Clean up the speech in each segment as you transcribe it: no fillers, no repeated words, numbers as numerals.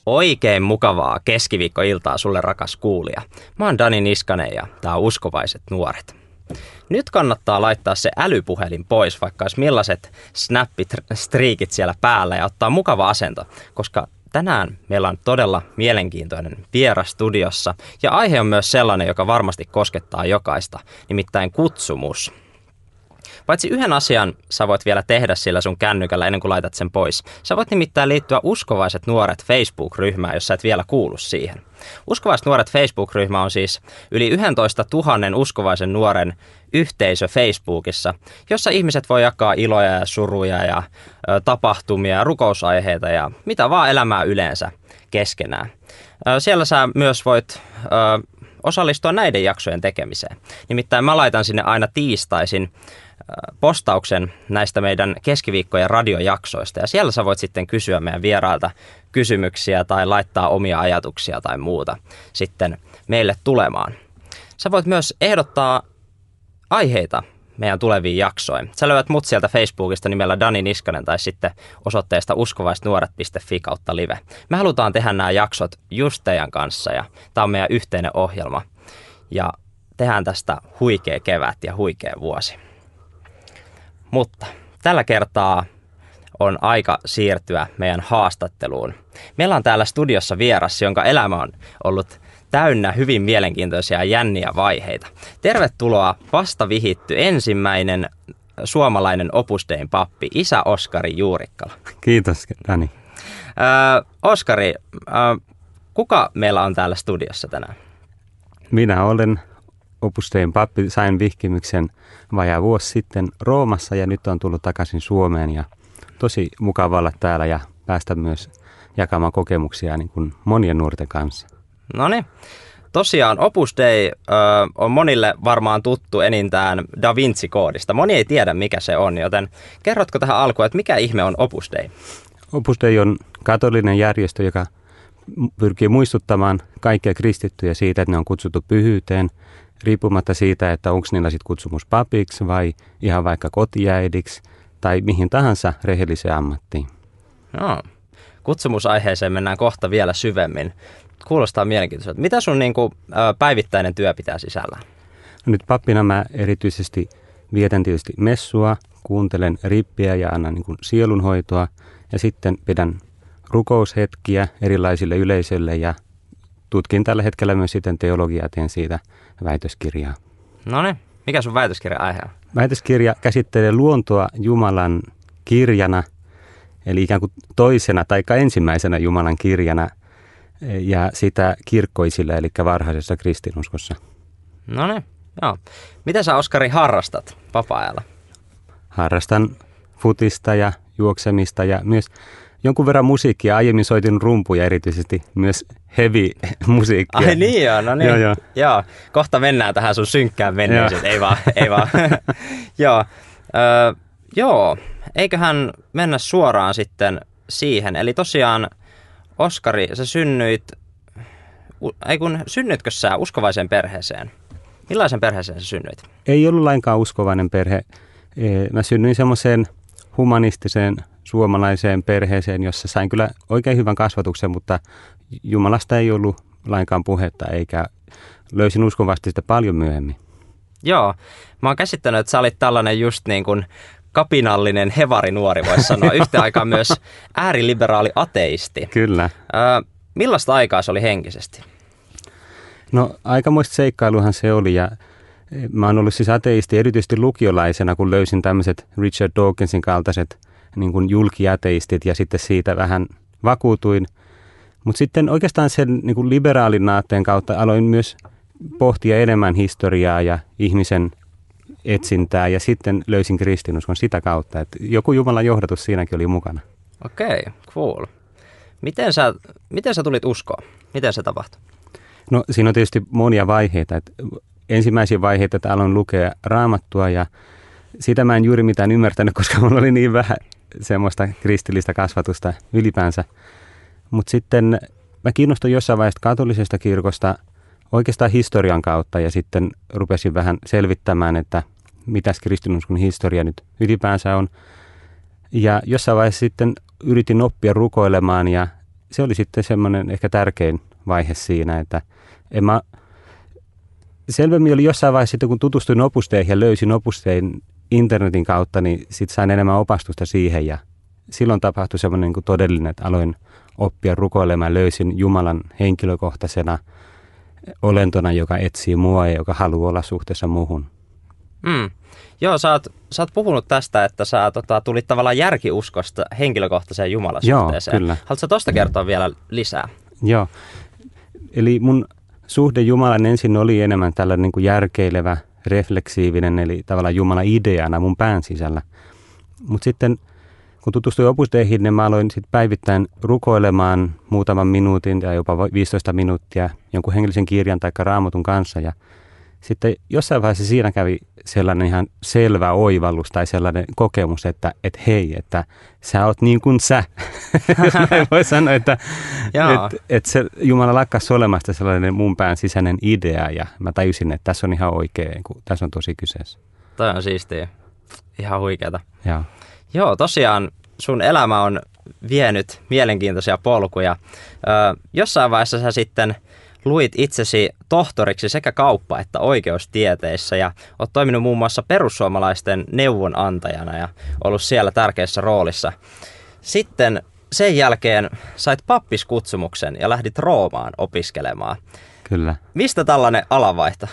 Oikein mukavaa keskiviikkoiltaa sulle, rakas kuulija. Mä oon Dani Niskanen ja tää on Uskovaiset nuoret. Nyt kannattaa laittaa se älypuhelin pois, vaikka olisi millaiset snappistriikit siellä päällä ja ottaa mukava asento, koska tänään meillä on todella mielenkiintoinen vieras studiossa ja aihe on myös sellainen, joka varmasti koskettaa jokaista, nimittäin kutsumus. Paitsi yhden asian sä voit vielä tehdä sillä sun kännykällä ennen kuin laitat sen pois. Sä voit nimittäin liittyä Uskovaiset nuoret Facebook-ryhmään, jos sä et vielä kuulu siihen. Uskovaiset nuoret Facebook-ryhmä on siis yli 11 000 uskovaisen nuoren yhteisö Facebookissa, jossa ihmiset voi jakaa iloja ja suruja ja tapahtumia ja rukousaiheita ja mitä vaan elämää yleensä keskenään. Siellä sä myös voit osallistua näiden jaksojen tekemiseen. Nimittäin mä laitan sinne aina tiistaisin postauksen näistä meidän keskiviikkojen radiojaksoista ja siellä sä voit sitten kysyä meidän vierailta kysymyksiä tai laittaa omia ajatuksia tai muuta sitten meille tulemaan. Sä voit myös ehdottaa aiheita meidän tuleviin jaksoihin. Sä löydät mut sieltä Facebookista nimellä Dani Niskanen tai sitten osoitteesta uskovaisnuoret.fi/live. Me halutaan tehdä nämä jaksot just teidän kanssa ja tää on meidän yhteinen ohjelma ja tehdään tästä huikea kevät ja huikea vuosi. Mutta tällä kertaa on aika siirtyä meidän haastatteluun. Meillä on täällä studiossa vieras, jonka elämä on ollut täynnä hyvin mielenkiintoisia ja jänniä vaiheita. Tervetuloa vasta vihitty ensimmäinen suomalainen Opus Dein pappi, isä Oskari Juurikkala. Kiitos, Dani. Oskari, kuka meillä on täällä studiossa tänään? Minä olen Opus Dein pappi, sain vihkimyksen vajaa vuosi sitten Roomassa ja nyt on tullut takaisin Suomeen ja tosi mukava olla täällä ja päästä myös jakamaan kokemuksia niin kuin monien nuorten kanssa. Noniin. Tosiaan Opus Dei on monille varmaan tuttu enintään Da Vinci-koodista. Moni ei tiedä, mikä se on, joten kerrotko tähän alkuun, että mikä ihme on Opus Dei? Opus Dei on katolinen järjestö, joka pyrkii muistuttamaan kaikkia kristittyjä siitä, että ne on kutsuttu pyhyyteen, riippumatta siitä, että onko niillä sitten kutsumus papiksi vai ihan vaikka kotiäidiksi tai mihin tahansa rehelliseen ammattiin. No, kutsumusaiheeseen mennään kohta vielä syvemmin. Kuulostaa mielenkiintoiselta. Mitä sun päivittäinen työ pitää sisällään? No nyt pappina mä erityisesti vietän tietysti messua, kuuntelen rippiä ja annan sielunhoitoa ja sitten pidän rukoushetkiä erilaisille yleisöille ja tutkin tällä hetkellä myös sitten teologiaa, teen siitä väitöskirjaa. No niin, mikä sun väitöskirjan aihe on? Väitöskirja käsittelee luontoa Jumalan kirjana, eli ikään kuin toisena tai ensimmäisenä Jumalan kirjana ja sitä kirkkoisilla, eli varhaisessa kristinuskossa. No niin, joo. Mitä sä, Oskari, harrastat vapaa-ajalla? Harrastan futista ja juoksemista ja myös jonkun verran musiikkia. Aiemmin soitin rumpuja, erityisesti myös heavy-musiikkia. Ai niin joo, no niin. Joo. Kohta mennään tähän sun synkkään menneeseen, ei vaan. Joo, eiköhän mennä suoraan sitten siihen. Eli tosiaan, Oskari, sä synnytkö sä uskovaiseen perheeseen? Millaisen perheeseen sä synnyit? Ei ollut lainkaan uskovainen perhe. Mä synnyin semmoiseen humanistiseen suomalaiseen perheeseen, jossa sain kyllä oikein hyvän kasvatuksen, mutta Jumalasta ei ollut lainkaan puhetta, eikä löysin uskovasti sitä paljon myöhemmin. Joo, mä oon käsittänyt, että sä olit tällainen just niin kuin kapinallinen hevarinuori, voisi sanoa, yhtä aikaa myös ääriliberaali ateisti. Kyllä. Millaista aikaa se oli henkisesti? No aikamoista seikkailuhan se oli ja mä oon ollut siis ateisti erityisesti lukiolaisena, kun löysin tämmöiset Richard Dawkinsin kaltaiset niin kuin julkiateistit ja sitten siitä vähän vakuutuin. Mutta sitten oikeastaan sen niin kuin liberaalin aatteen kautta aloin myös pohtia enemmän historiaa ja ihmisen etsintää ja sitten löysin kristinuskon sitä kautta, että joku Jumalan johdatus siinäkin oli mukana. Okei, cool. Miten sä tulit uskoon? Miten se tapahtui? No siinä on tietysti monia vaiheita. Ensimmäisiä vaiheita, että aloin lukea Raamattua ja sitä mä en juuri mitään ymmärtänyt, koska mulla oli niin vähän semmoista kristillistä kasvatusta ylipäänsä. Mutta sitten mä kiinnostuin jossain vaiheessa katolisesta kirkosta oikeastaan historian kautta ja sitten rupesin vähän selvittämään, että mitäs kristinuskon historia nyt ylipäänsä on. Ja jossain vaiheessa sitten yritin oppia rukoilemaan ja se oli sitten semmoinen ehkä tärkein vaihe siinä, että selvemmin oli jossain vaiheessa sitten, kun tutustuin opusteihin ja löysin opustein internetin kautta, niin sitten sain enemmän opastusta siihen ja silloin tapahtui semmoinen niin kuin todellinen, että aloin oppia rukoilemaan, löysin Jumalan henkilökohtaisena olentona, joka etsii mua ja joka haluaa olla suhteessa muuhun. Joo, sä oot puhunut tästä, että sä tulit tavallaan järkiuskosta henkilökohtaiseen Jumalasuhteeseen. Joo, kyllä. Haluatko tuosta kertoa vielä lisää? Joo, eli mun suhde Jumalan ensin oli enemmän tällainen niin kuin järkeilevä, refleksiivinen, eli tavallaan Jumalan ideana mun pään sisällä. Mutta sitten kun tutustuin opusteihin, niin mä aloin sitten päivittäin rukoilemaan muutaman minuutin ja jopa 15 minuuttia jonkun hengellisen kirjan tai raamatun kanssa. Ja sitten jossain vaiheessa siinä kävi sellainen ihan selvä oivallus tai sellainen kokemus, että hei, että sä oot niin kuin sä. Jos mä voi sanoa, että se Jumala lakkasi olemasta sellainen mun pään sisäinen idea ja mä tajusin, että tässä on ihan oikein, kun tässä on tosi kyseessä. Toi on siistiä. Ihan huikeata. Joo. Joo, tosiaan sun elämä on vienyt mielenkiintoisia polkuja. Jossain vaiheessa sä sitten luit itsesi tohtoriksi sekä kauppa- että oikeustieteissä ja oot toiminut muun muassa perussuomalaisten neuvonantajana ja ollut siellä tärkeässä roolissa. Sitten sen jälkeen sait pappiskutsumuksen ja lähdit Roomaan opiskelemaan. Kyllä. Mistä tällainen alanvaihto?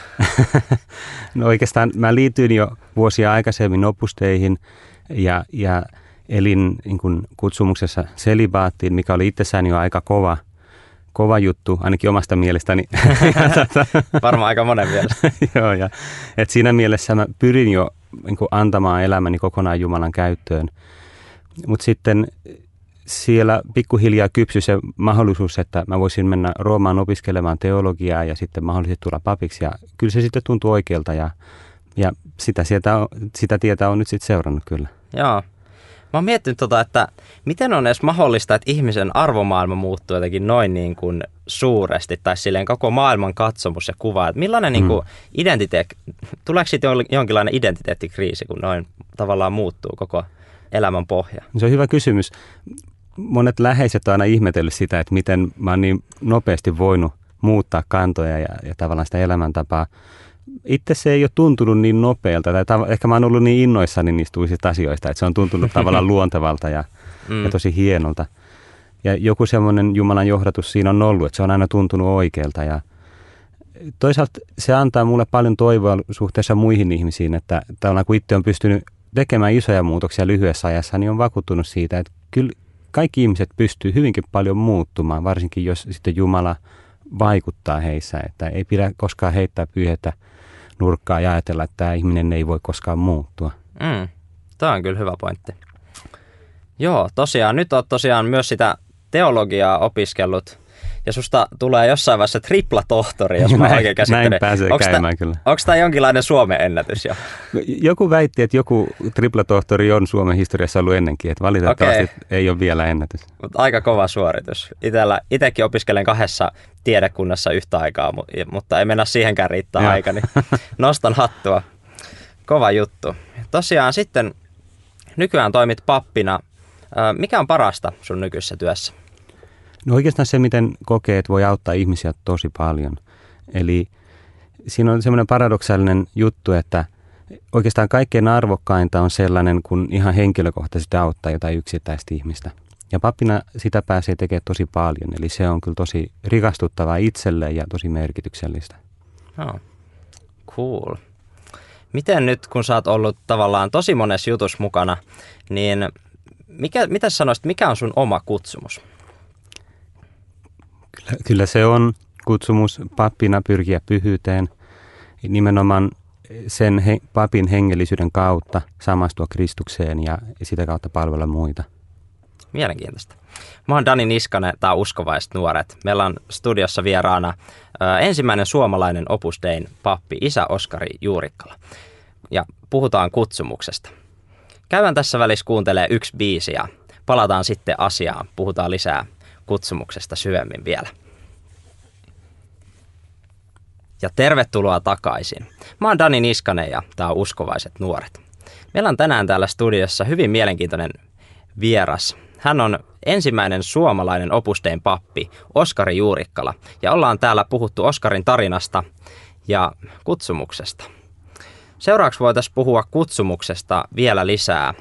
No oikeastaan mä liityin jo vuosia aikaisemmin opusteihin ja elin niin kuin kutsumuksessa selibaattiin, mikä oli itsessään jo aika kova juttu, ainakin omasta mielestäni. Varmaan aika monen mielestä. Joo, ja että siinä mielessä mä pyrin jo niin kuin antamaan elämäni kokonaan Jumalan käyttöön. Mutta sitten siellä pikkuhiljaa kypsyi se mahdollisuus, että mä voisin mennä Roomaan opiskelemaan teologiaa ja sitten mahdollisesti tulla papiksi. Ja kyllä se sitten tuntui oikealta ja sitä tietä on nyt sitten seurannut kyllä. Joo. Mä oon miettinyt että miten on edes mahdollista, että ihmisen arvomaailma muuttuu jotenkin noin niin kuin suuresti tai silleen koko maailman katsomus ja kuva. Että millainen niin kuin tuleeko siitä jonkinlainen identiteettikriisi, kun noin tavallaan muuttuu koko elämän pohja? Se on hyvä kysymys. Monet läheiset on aina ihmetellyt sitä, että miten mä oon niin nopeasti voinut muuttaa kantoja ja tavallaan sitä elämäntapaa. Itse se ei ole tuntunut niin nopealta, tai ehkä mä oon ollut niin innoissani niistä uusista asioista, että se on tuntunut tavallaan luontevalta ja tosi hienolta. Ja joku semmoinen Jumalan johdatus siinä on ollut, että se on aina tuntunut oikealta. Ja toisaalta se antaa mulle paljon toivoa suhteessa muihin ihmisiin, että tavallaan kun itse on pystynyt tekemään isoja muutoksia lyhyessä ajassa, niin on vakuuttunut siitä, että kyllä kaikki ihmiset pystyy hyvinkin paljon muuttumaan, varsinkin jos sitten Jumala vaikuttaa heissä, että ei pidä koskaan heittää pyyhettä nurkkaa ja ajatella, että tämä ihminen ei voi koskaan muuttua. Tämä on kyllä hyvä pointti. Joo, tosiaan. Nyt olet tosiaan myös sitä teologiaa opiskellut ja susta tulee jossain vaiheessa triplatohtori, jos mä oikein käsittelen. Näin pääsee käymään kyllä. Onko tämä jonkinlainen Suomen ennätys jo? Joku väitti, että joku triplatohtori on Suomen historiassa ollut ennenkin, että valitettavasti ei ole vielä ennätys. Aika kova suoritus. Itsekin opiskelen 2 tiedekunnassa yhtä aikaa, mutta ei mennä siihenkään riittää aika, niin nostan hattua. Kova juttu. Tosiaan sitten nykyään toimit pappina. Mikä on parasta sun nykyisessä työssä? No oikeastaan se, miten kokee, että voi auttaa ihmisiä tosi paljon. Eli siinä on semmoinen paradoksaalinen juttu, että oikeastaan kaikkein arvokkainta on sellainen, kun ihan henkilökohtaisesti auttaa jotain yksittäistä ihmistä. Ja pappina sitä pääsee tekemään tosi paljon, eli se on kyllä tosi rikastuttavaa itselle ja tosi merkityksellistä. Oh, cool. Miten nyt, kun sä oot ollut tavallaan tosi monessa jutussa mukana, niin mitä sanoisit, mikä on sun oma kutsumus? Kyllä se on kutsumus pappina pyrkiä pyhyyteen, nimenomaan sen papin hengellisyyden kautta samastua Kristukseen ja sitä kautta palvella muita. Mielenkiintoista. Mä oon Dani Niskanen, tää Uskovaiset nuoret. Meillä on studiossa vieraana ensimmäinen suomalainen Opus Dein pappi, isä Oskari Juurikkala. Ja puhutaan kutsumuksesta. Käydään tässä välissä kuuntelee 1 biisi ja palataan sitten asiaan. Puhutaan lisää kutsumuksesta syvemmin vielä. Ja tervetuloa takaisin. Mä oon Dani Niskanen ja tää on Uskovaiset nuoret. Meillä on tänään täällä studiossa hyvin mielenkiintoinen vieras. Hän on ensimmäinen suomalainen Opus Dein pappi, Oskari Juurikkala. Ja ollaan täällä puhuttu Oskarin tarinasta ja kutsumuksesta. Seuraavaksi voitaisiin puhua kutsumuksesta vielä lisää.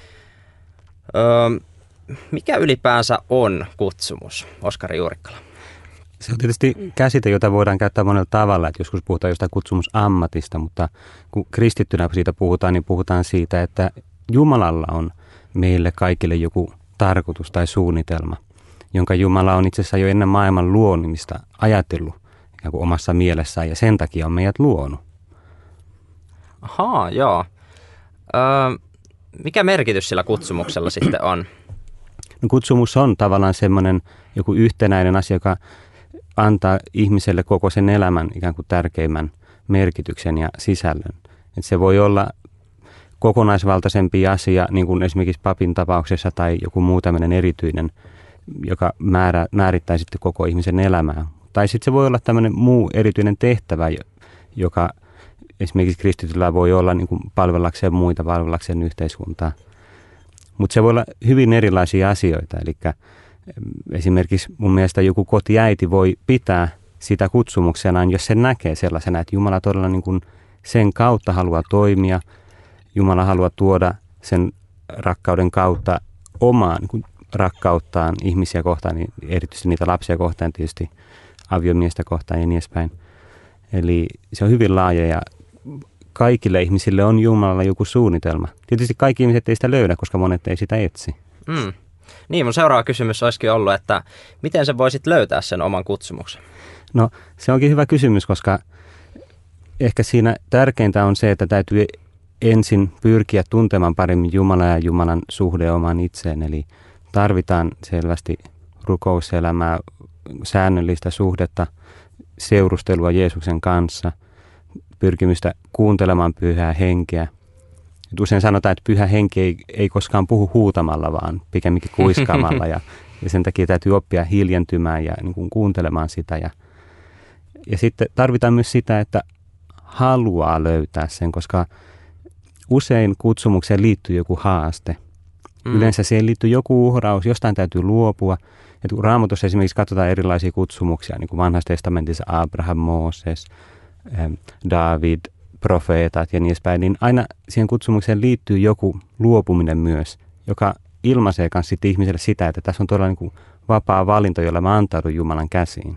Mikä ylipäänsä on kutsumus, Oskari Juurikkala? Se on tietysti käsite, jota voidaan käyttää monella tavalla, että joskus puhutaan jostain kutsumusammatista, mutta kun kristittynä siitä puhutaan, niin puhutaan siitä, että Jumalalla on meille kaikille joku tarkoitus tai suunnitelma, jonka Jumala on itse asiassa jo ennen maailman luomista ajatellut ikään kuin omassa mielessään ja sen takia on meidät luonut. Ahaa, joo. Mikä merkitys sillä kutsumuksella sitten on? No, kutsumus on tavallaan semmoinen joku yhtenäinen asia, joka antaa ihmiselle koko sen elämän ikään kuin tärkeimmän merkityksen ja sisällön. Et se voi olla kokonaisvaltaisempi asia, niin kuin esimerkiksi papin tapauksessa tai joku muu tämmöinen erityinen, joka määrittää sitten koko ihmisen elämää. Tai sitten se voi olla tämmöinen muu erityinen tehtävä, joka esimerkiksi kristityllä voi olla niin kuin palvellakseen muita, palvellakseen yhteiskuntaa. Mutta se voi olla hyvin erilaisia asioita. Eli esimerkiksi mun mielestä joku kotiäiti voi pitää sitä kutsumuksenaan, jos se näkee sellaisena, että Jumala todella niin kuin sen kautta haluaa toimia. Jumala haluaa tuoda sen rakkauden kautta omaa niin kuin rakkauttaan ihmisiä kohtaan, niin erityisesti niitä lapsia kohtaan, tietysti aviomiestä kohtaan ja niin edespäin. Eli se on hyvin laaja ja kaikille ihmisille on Jumalalla joku suunnitelma. Tietysti kaikki ihmiset ei sitä löydä, koska monet ei sitä etsi. Niin, mun seuraava kysymys olisikin ollut, että miten sä voisit löytää sen oman kutsumuksen? No, se onkin hyvä kysymys, koska ehkä siinä tärkeintä on se, että täytyy ensin pyrkiä tuntemaan paremmin Jumalaa ja Jumalan suhde omaan itseen. Eli tarvitaan selvästi rukouselämää, säännöllistä suhdetta, seurustelua Jeesuksen kanssa, pyrkimystä kuuntelemaan pyhää henkeä. Usein sanotaan, että pyhä henki ei koskaan puhu huutamalla, vaan pikemminkin kuiskaamalla. Ja sen takia täytyy oppia hiljentymään ja niin kuin kuuntelemaan sitä. Ja sitten tarvitaan myös sitä, että haluaa löytää sen, koska usein kutsumukseen liittyy joku haaste. Yleensä siihen liittyy joku uhraus, jostain täytyy luopua. Ja Raamatussa esimerkiksi katsotaan erilaisia kutsumuksia, niin kuin vanhassa testamentissa Abraham, Mooses, David, profeetat ja niin edespäin, niin aina siihen kutsumukseen liittyy joku luopuminen myös, joka ilmaisee myös sitten ihmiselle sitä, että tässä on todella niin kuin vapaa valinta, jolla mä antaudun Jumalan käsiin.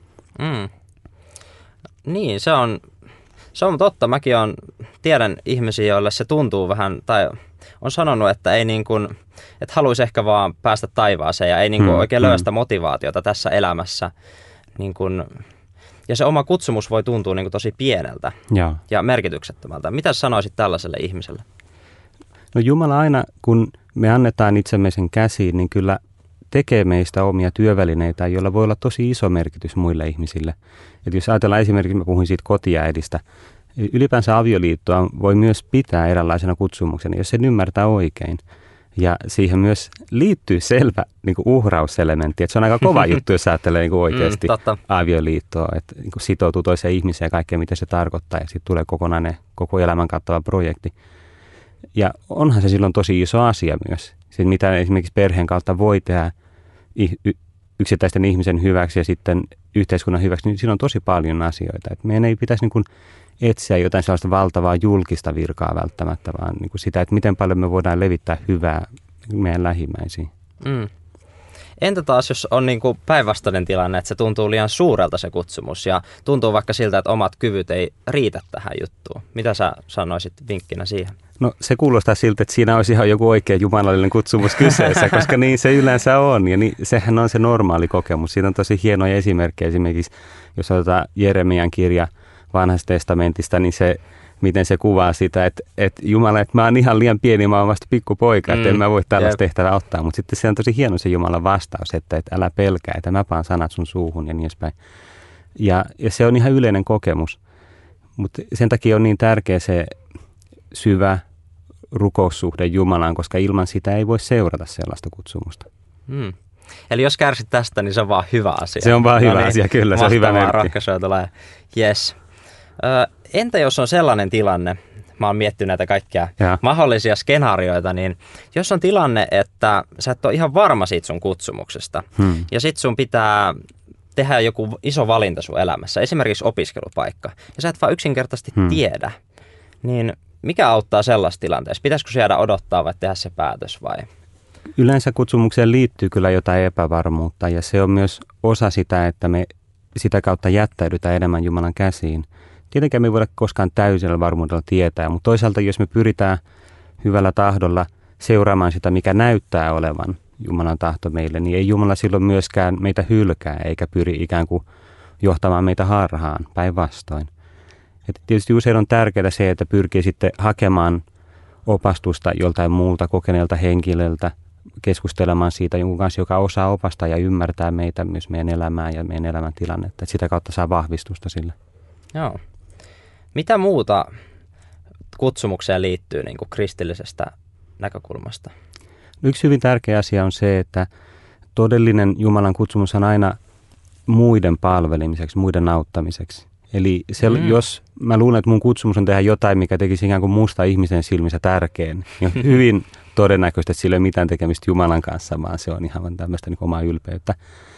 Niin, se on totta. Mäkin tiedän ihmisiä, joille se tuntuu vähän, tai on sanonut, että ei niin kuin, että haluaisi ehkä vaan päästä taivaaseen ja ei niin kuin oikein löydä sitä motivaatiota tässä elämässä. Niin kuin, ja se oma kutsumus voi tuntua niin kuin tosi pieneltä ja merkityksettömältä. Mitä sanoisit tällaiselle ihmiselle? No Jumala aina, kun me annetaan itsemme sen käsiin, niin kyllä tekee meistä omia työvälineitä, joilla voi olla tosi iso merkitys muille ihmisille. Että jos ajatellaan esimerkiksi, mä puhuin siitä kotiäidistä, ylipäänsä avioliittoa voi myös pitää eräänlaisena kutsumuksena, jos sen ymmärtää oikein. Ja siihen myös liittyy selvä niin kuin uhrauselementti, että se on aika kova juttu, jos ajattelee niin kuin oikeasti avioliittoa, että niin kuin sitoutuu toiseen ihmiseen ja kaikkea, mitä se tarkoittaa, ja sitten tulee kokonainen, koko elämän kattava projekti. Ja onhan se silloin tosi iso asia myös, se, mitä esimerkiksi perheen kautta voi tehdä yksittäisten ihmisen hyväksi ja sitten yhteiskunnan hyväksi, niin siinä on tosi paljon asioita. Että meidän ei pitäisi niin kuin etsiä jotain sellaista valtavaa julkista virkaa välttämättä, vaan niin kuin sitä, että miten paljon me voidaan levittää hyvää meidän lähimmäisiin. Entä taas, jos on niin kuin päinvastainen tilanne, että se tuntuu liian suurelta se kutsumus ja tuntuu vaikka siltä, että omat kyvyt ei riitä tähän juttuun. Mitä sä sanoisit vinkkinä siihen? No se kuulostaa siltä, että siinä olisi ihan joku oikea jumalallinen kutsumus kyseessä, koska niin se yleensä on ja sehän on se normaali kokemus. Siitä on tosi hienoja esimerkkejä. Esimerkiksi jos otetaan Jeremian kirja Vanhasta testamentista, niin se, miten se kuvaa sitä, että Jumala, että mä oon ihan liian pieni, mä oon vasta pikkupoika, että en mä voi tällaista tehtävää ottaa. Mutta sitten se on tosi hieno se Jumalan vastaus, että älä pelkää, että mä paan sanat sun suuhun ja niin edespäin. Ja se on ihan yleinen kokemus, mutta sen takia on niin tärkeä se syvä rukoussuhde Jumalaan, koska ilman sitä ei voi seurata sellaista kutsumusta. Eli jos kärsit tästä, niin se on vaan hyvä asia. Se on vaan hyvä asia, kyllä. Se on hyvä merkki. Ratkaisua tulee. Yes. Entä jos on sellainen tilanne, mä oon miettinyt näitä kaikkia mahdollisia skenaarioita, niin jos on tilanne, että sä et ole ihan varma siitä sun kutsumuksesta, ja sit sun pitää tehdä joku iso valinta sun elämässä, esimerkiksi opiskelupaikka, ja sä et vaan yksinkertaisesti tiedä, niin mikä auttaa sellaisessa tilanteessa? Pitäisikö se jäädä odottaa vai tehdä se päätös vai? Yleensä kutsumukseen liittyy kyllä jotain epävarmuutta, ja se on myös osa sitä, että me sitä kautta jättäydytään enemmän Jumalan käsiin. Tietenkään me ei voida koskaan täysillä varmuudella tietää, mutta toisaalta jos me pyritään hyvällä tahdolla seuraamaan sitä, mikä näyttää olevan Jumalan tahto meille, niin ei Jumala silloin myöskään meitä hylkää eikä pyri ikään kuin johtamaan meitä harhaan, päinvastoin. Et tietysti usein on tärkeää se, että pyrkii sitten hakemaan opastusta joltain muulta kokeneelta henkilöltä, keskustelemaan siitä jonkun kanssa, joka osaa opastaa ja ymmärtää meitä, myös meidän elämää ja meidän elämän tilannetta. Et sitä kautta saa vahvistusta sille. Joo. Mitä muuta kutsumukseen liittyy niin kuin kristillisestä näkökulmasta? Yksi hyvin tärkeä asia on se, että todellinen Jumalan kutsumus on aina muiden palvelemiseksi, muiden auttamiseksi. Eli jos mä luulen, että mun kutsumus on tehdä jotain, mikä tekisi ikään kuin musta ihmisen silmissä tärkeän, niin on hyvin todennäköistä, että sillä ei ole mitään tekemistä Jumalan kanssa, vaan se on ihan tämmöistä niin omaa ylpeyttä.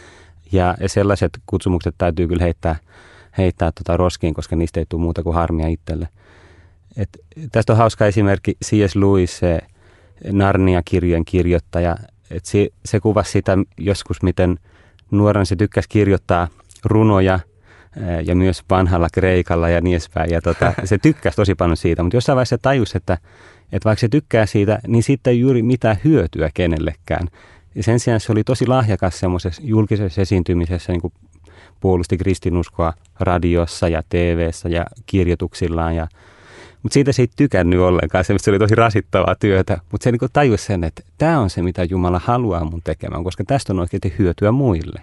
Ja sellaiset kutsumukset täytyy kyllä heittää roskiin, koska niistä ei tule muuta kuin harmia itselle. Tästä on hauska esimerkki C.S. Lewis, se Narnia-kirjojen kirjoittaja. Se kuvasi sitä joskus, miten nuorena se tykkäsi kirjoittaa runoja ja myös vanhalla kreikalla ja niin edespäin. Ja se tykkäsi tosi paljon siitä, mutta jossain vaiheessa tajusi, että vaikka se tykkää siitä, niin siitä ei juuri mitään hyötyä kenellekään. Ja sen sijaan se oli tosi lahjakas semmoisessa julkisessa esiintymisessä, niin kuin puolusti kristinuskoa radiossa ja TV:ssä ja kirjoituksillaan. Mutta siitä se ei tykännyt ollenkaan, se oli tosi rasittavaa työtä. Mutta se niin tajusi sen, että tämä on se, mitä Jumala haluaa mun tekemään, koska tästä on oikeasti hyötyä muille.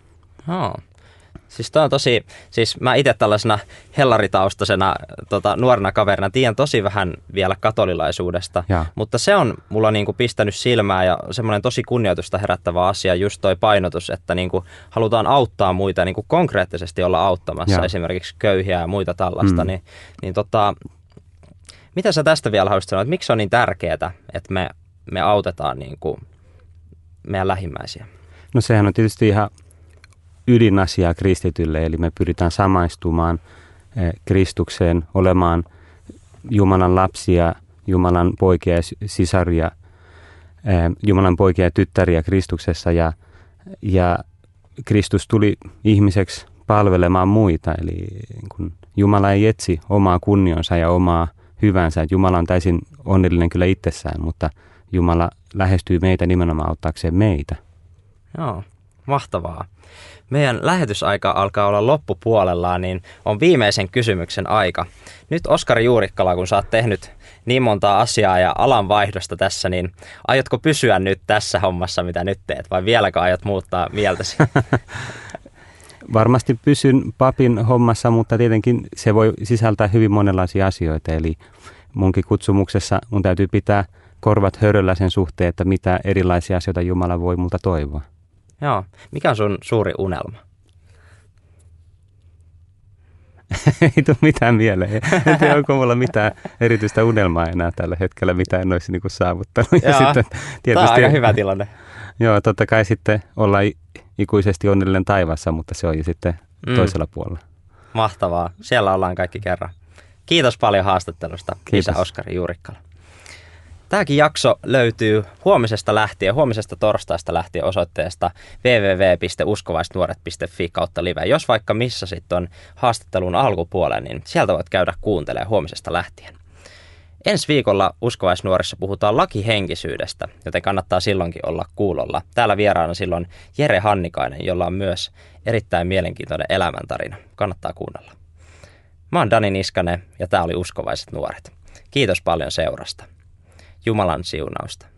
Siis toi on tosi, siis mä itse tällaisena hellaritaustasena nuorena kaverina tiedän tosi vähän vielä katolilaisuudesta, mutta se on mulla niinku pistänyt silmää ja semmoinen tosi kunnioitusta herättävä asia, just toi painotus, että niinku halutaan auttaa muita, niinku konkreettisesti olla auttamassa esimerkiksi köyhiä ja muita tällaista, mitä sä tästä vielä haluaisit sanoa, että miksi on niin tärkeää, että me autetaan niinku meidän lähimmäisiä? No sehän on tietysti ihan ydinasiaa kristitylle, eli me pyritään samaistumaan Kristukseen, olemaan Jumalan lapsia, Jumalan poikia ja sisaria, Jumalan poikia ja tyttäriä Kristuksessa, ja Kristus tuli ihmiseksi palvelemaan muita, eli kun Jumala ei etsi omaa kunnionsa ja omaa hyvänsä, että Jumala on täysin onnellinen kyllä itsessään, mutta Jumala lähestyy meitä nimenomaan auttaakseen meitä. Joo, mahtavaa. Meidän lähetysaika alkaa olla loppupuolellaan, niin on viimeisen kysymyksen aika. Nyt Oskari Juurikkala, kun sä oot tehnyt niin montaa asiaa ja alanvaihdosta tässä, niin aiotko pysyä nyt tässä hommassa, mitä nyt teet, vai vieläkö aiot muuttaa mieltäsi? Varmasti pysyn papin hommassa, mutta tietenkin se voi sisältää hyvin monenlaisia asioita. Eli munkin kutsumuksessa mun täytyy pitää korvat höröllä sen suhteen, että mitä erilaisia asioita Jumala voi multa toivoa. Joo. Mikä on sun suuri unelma? Ei tule mitään mieleen. En tiedä, onko mulla mitään erityistä unelmaa enää tällä hetkellä, mitä en olisi niin kuin saavuttanut. Joo, sitten, tietysti, tämä on aika hyvä tilanne. Joo, totta kai sitten olla ikuisesti onnellinen taivaassa, mutta se on jo sitten toisella puolella. Mahtavaa. Siellä ollaan kaikki kerran. Kiitos paljon haastattelusta, Isä Oskari Juurikkala. Tämäkin jakso löytyy huomisesta torstaista lähtien osoitteesta www.uskovaisnuoret.fi/live. Jos vaikka missasit ton haastattelun alkupuolen, niin sieltä voit käydä kuuntelemaan huomisesta lähtien. Ensi viikolla Uskovaisnuorissa puhutaan lakihenkisyydestä, joten kannattaa silloinkin olla kuulolla. Täällä vieraana silloin Jere Hannikainen, jolla on myös erittäin mielenkiintoinen elämäntarina. Kannattaa kuunnella. Mä oon Dani Niskanen ja tää oli Uskovaiset nuoret. Kiitos paljon seurasta. Jumalan siunausta.